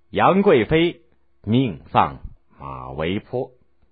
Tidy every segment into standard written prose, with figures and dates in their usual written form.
杨贵妃命丧马嵬坡。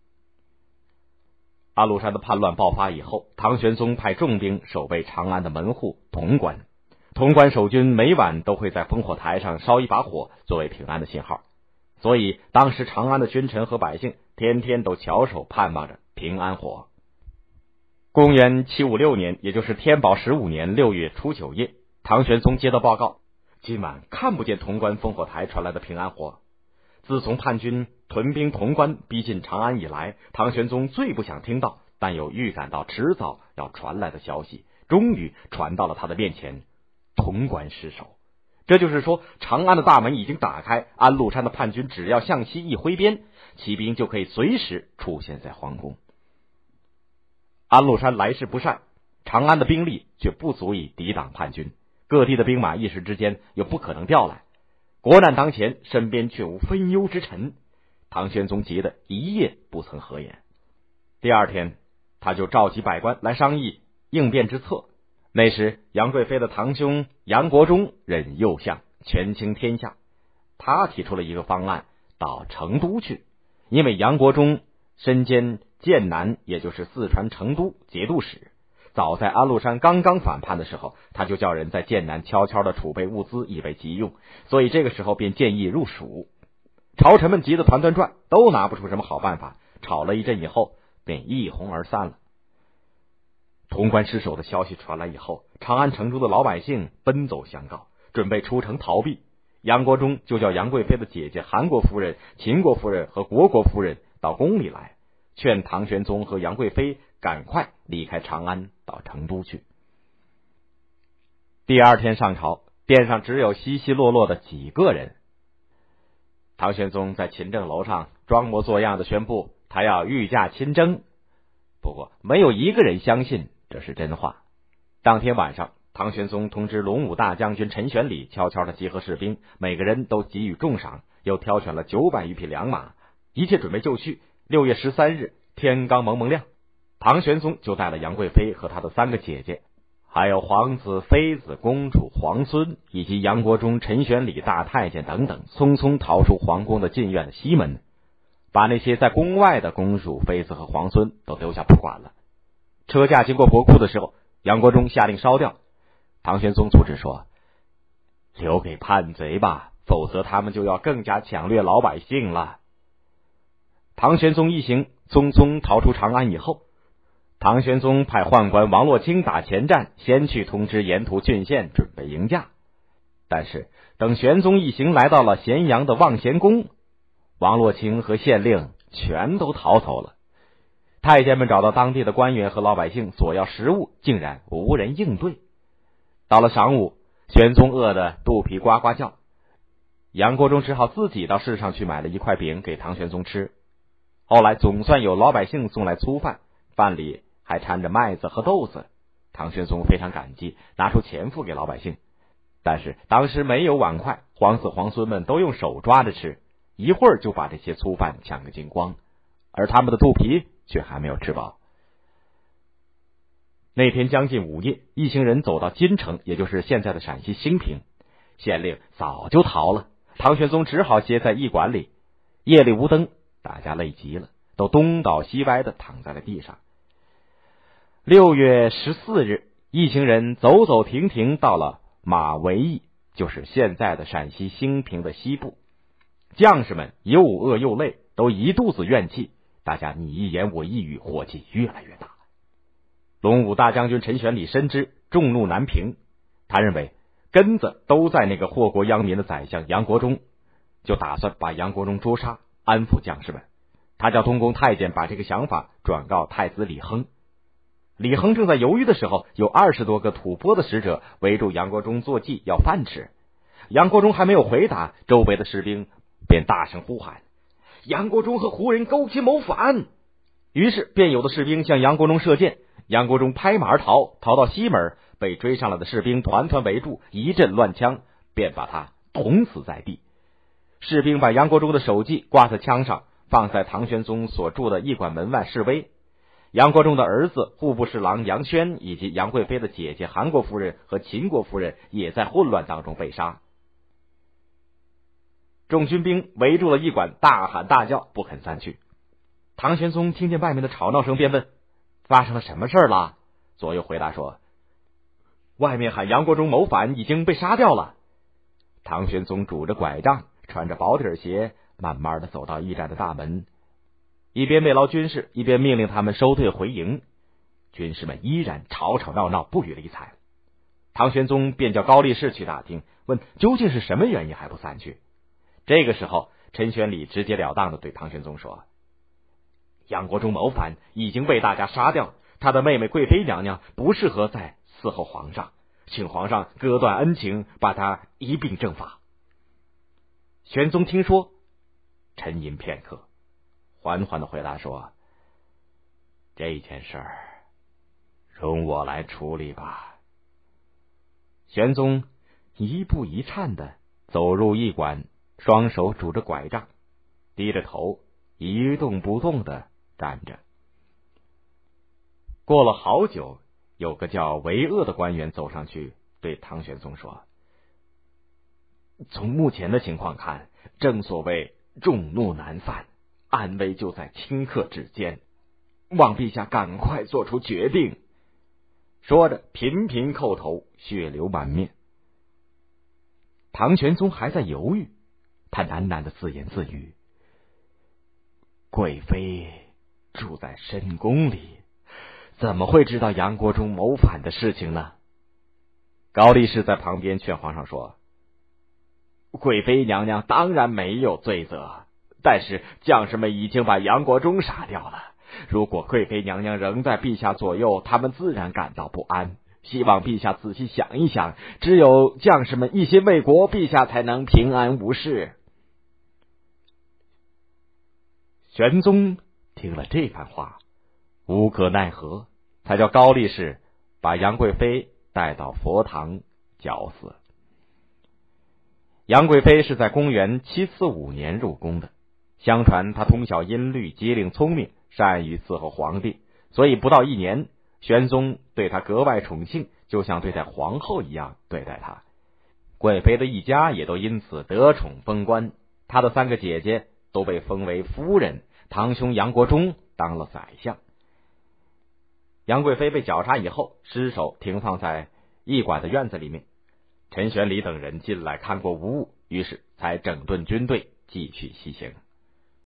安禄山的叛乱爆发以后，唐玄宗派重兵守卫长安的门户潼关。潼关守军每晚都会在烽火台上烧一把火，作为平安的信号。所以当时长安的君臣和百姓天天都翘首盼望着平安火。公元756年，也就是天宝15年6月初9夜，唐玄宗接到报告，今晚看不见潼关烽火台传来的平安火。自从叛军屯兵潼关逼近长安以来，唐玄宗最不想听到但又预感到迟早要传来的消息，终于传到了他的面前，潼关失守。这就是说，长安的大门已经打开，安禄山的叛军只要向西一挥鞭，骑兵就可以随时出现在皇宫。安禄山来势不善，长安的兵力却不足以抵挡叛军，各地的兵马一时之间又不可能调来，国难当前，身边却无分忧之臣，唐玄宗急得一夜不曾合眼。第二天，他就召集百官来商议应变之策。那时杨贵妃的堂兄杨国忠任右相，权倾天下，他提出了一个方案，到成都去。因为杨国忠身兼剑南，也就是四川成都节度使，早在安禄山刚刚反叛的时候，他就叫人在剑南悄悄的储备物资，以为急用，所以这个时候便建议入蜀。朝臣们急得团团转，都拿不出什么好办法，吵了一阵以后便一哄而散了。潼关失守的消息传来以后，长安城中的老百姓奔走相告，准备出城逃避。杨国忠就叫杨贵妃的姐姐韩国夫人、秦国夫人和虢国夫人到宫里来，劝唐玄宗和杨贵妃赶快离开长安到成都去。第二天上朝，殿上只有稀稀落落的几个人。唐玄宗在勤政楼上装模作样的宣布他要御驾亲征，不过没有一个人相信这是真话。当天晚上，唐玄宗通知龙武大将军陈玄礼悄悄地集合士兵，每个人都给予重赏，又挑选了900余匹良马，一切准备就绪。6月13日，天刚蒙蒙亮，唐玄宗就带了杨贵妃和他的3个姐姐，还有皇子、妃子、公主、皇孙，以及杨国忠、陈玄礼大太监等等，匆匆逃出皇宫的禁院的西门，把那些在宫外的公主、妃子和皇孙都丢下不管了。车驾经过国库的时候，杨国忠下令烧掉。唐玄宗阻止说，留给叛贼吧，否则他们就要更加抢掠老百姓了。唐玄宗一行匆匆逃出长安以后，唐玄宗派宦官王洛卿打前站，先去通知沿途郡县准备迎驾。但是等玄宗一行来到了咸阳的望贤宫，王洛卿和县令全都逃走了。太监们找到当地的官员和老百姓索要食物，竟然无人应对。到了晌午，玄宗饿得肚皮呱呱叫，杨国忠只好自己到市上去买了1块饼给唐玄宗吃。后来总算有老百姓送来粗饭，饭里还掺着麦子和豆子，唐玄宗非常感激，拿出钱付给老百姓。但是当时没有碗筷，皇子皇孙们都用手抓着吃，一会儿就把这些粗饭抢个精光，而他们的肚皮却还没有吃饱。那天将近午夜，一行人走到金城，也就是现在的陕西兴平，县令早就逃了，唐玄宗只好歇在驿馆里。夜里无灯，大家累极了，都东倒西歪的躺在了地上。6月14日，一行人走走停停到了马嵬驿，就是现在的陕西兴平的西部。将士们又饿又累，都一肚子怨气，大家你一言我一语，火气越来越大。龙武大将军陈玄礼深知众怒难平，他认为根子都在那个祸国殃民的宰相杨国忠，就打算把杨国忠捉杀，安抚将士们。他叫东宫太监把这个想法转告太子李亨。李亨正在犹豫的时候，有20多个吐蕃的使者围住杨国忠坐骑要饭吃。杨国忠还没有回答，周围的士兵便大声呼喊，杨国忠和胡人勾结谋反。于是便有的士兵向杨国忠射箭，杨国忠拍马而逃，逃到西门，被追上来的士兵团团围住，一阵乱枪，便把他捅死在地。士兵把杨国忠的首级挂在枪上，放在唐玄宗所住的驿馆门外示威。杨国忠的儿子户部侍郎杨轩以及杨贵妃的姐姐韩国夫人和秦国夫人也在混乱当中被杀。 众军兵围住了驿馆，大喊大叫，不肯散去。唐玄宗听见外面的吵闹声，便问：发生了什么事了？左右回答说：外面喊杨国忠谋反，已经被杀掉了。唐玄宗拄着拐杖，穿着薄底鞋，慢慢的走到驿站的大门，一边慰劳军士，一边命令他们收队回营。军士们依然吵吵闹闹，不予理睬。唐玄宗便叫高力士去打听，问究竟是什么原因还不散去。这个时候，陈玄礼直截了当的对唐玄宗说：杨国忠谋反已经被大家杀掉，他的妹妹贵妃娘娘不适合再伺候皇上，请皇上割断恩情，把他一并正法。玄宗听说，沉吟片刻，缓缓的回答说：这件事儿容我来处理吧。玄宗一步一颤的走入驿馆，双手拄着拐杖，低着头，一动不动的站着。过了好久，有个叫韦鄂的官员走上去，对唐玄宗说：从目前的情况看，正所谓众怒难犯，安危就在顷刻之间，望陛下赶快做出决定。说着频频叩头，血流满面。唐玄宗还在犹豫，他喃喃的自言自语：贵妃住在深宫里，怎么会知道杨国忠谋反的事情呢？高力士在旁边劝皇上说：贵妃娘娘当然没有罪责，但是将士们已经把杨国忠杀掉了，如果贵妃娘娘仍在陛下左右，他们自然感到不安。希望陛下仔细想一想，只有将士们一心为国，陛下才能平安无事。玄宗听了这番话，无可奈何，才叫高力士把杨贵妃带到佛堂绞死。杨贵妃是在公元745年入宫的，相传她通晓音律，机灵聪明，善于伺候皇帝，所以不到1年，玄宗对她格外宠幸，就像对待皇后一样对待她。贵妃的一家也都因此得宠封官，她的3个姐姐都被封为夫人，堂兄杨国忠当了宰相。杨贵妃被绞杀以后，尸首停放在驿馆的院子里面。陈玄礼等人进来看过无误，于是才整顿军队，继续西行。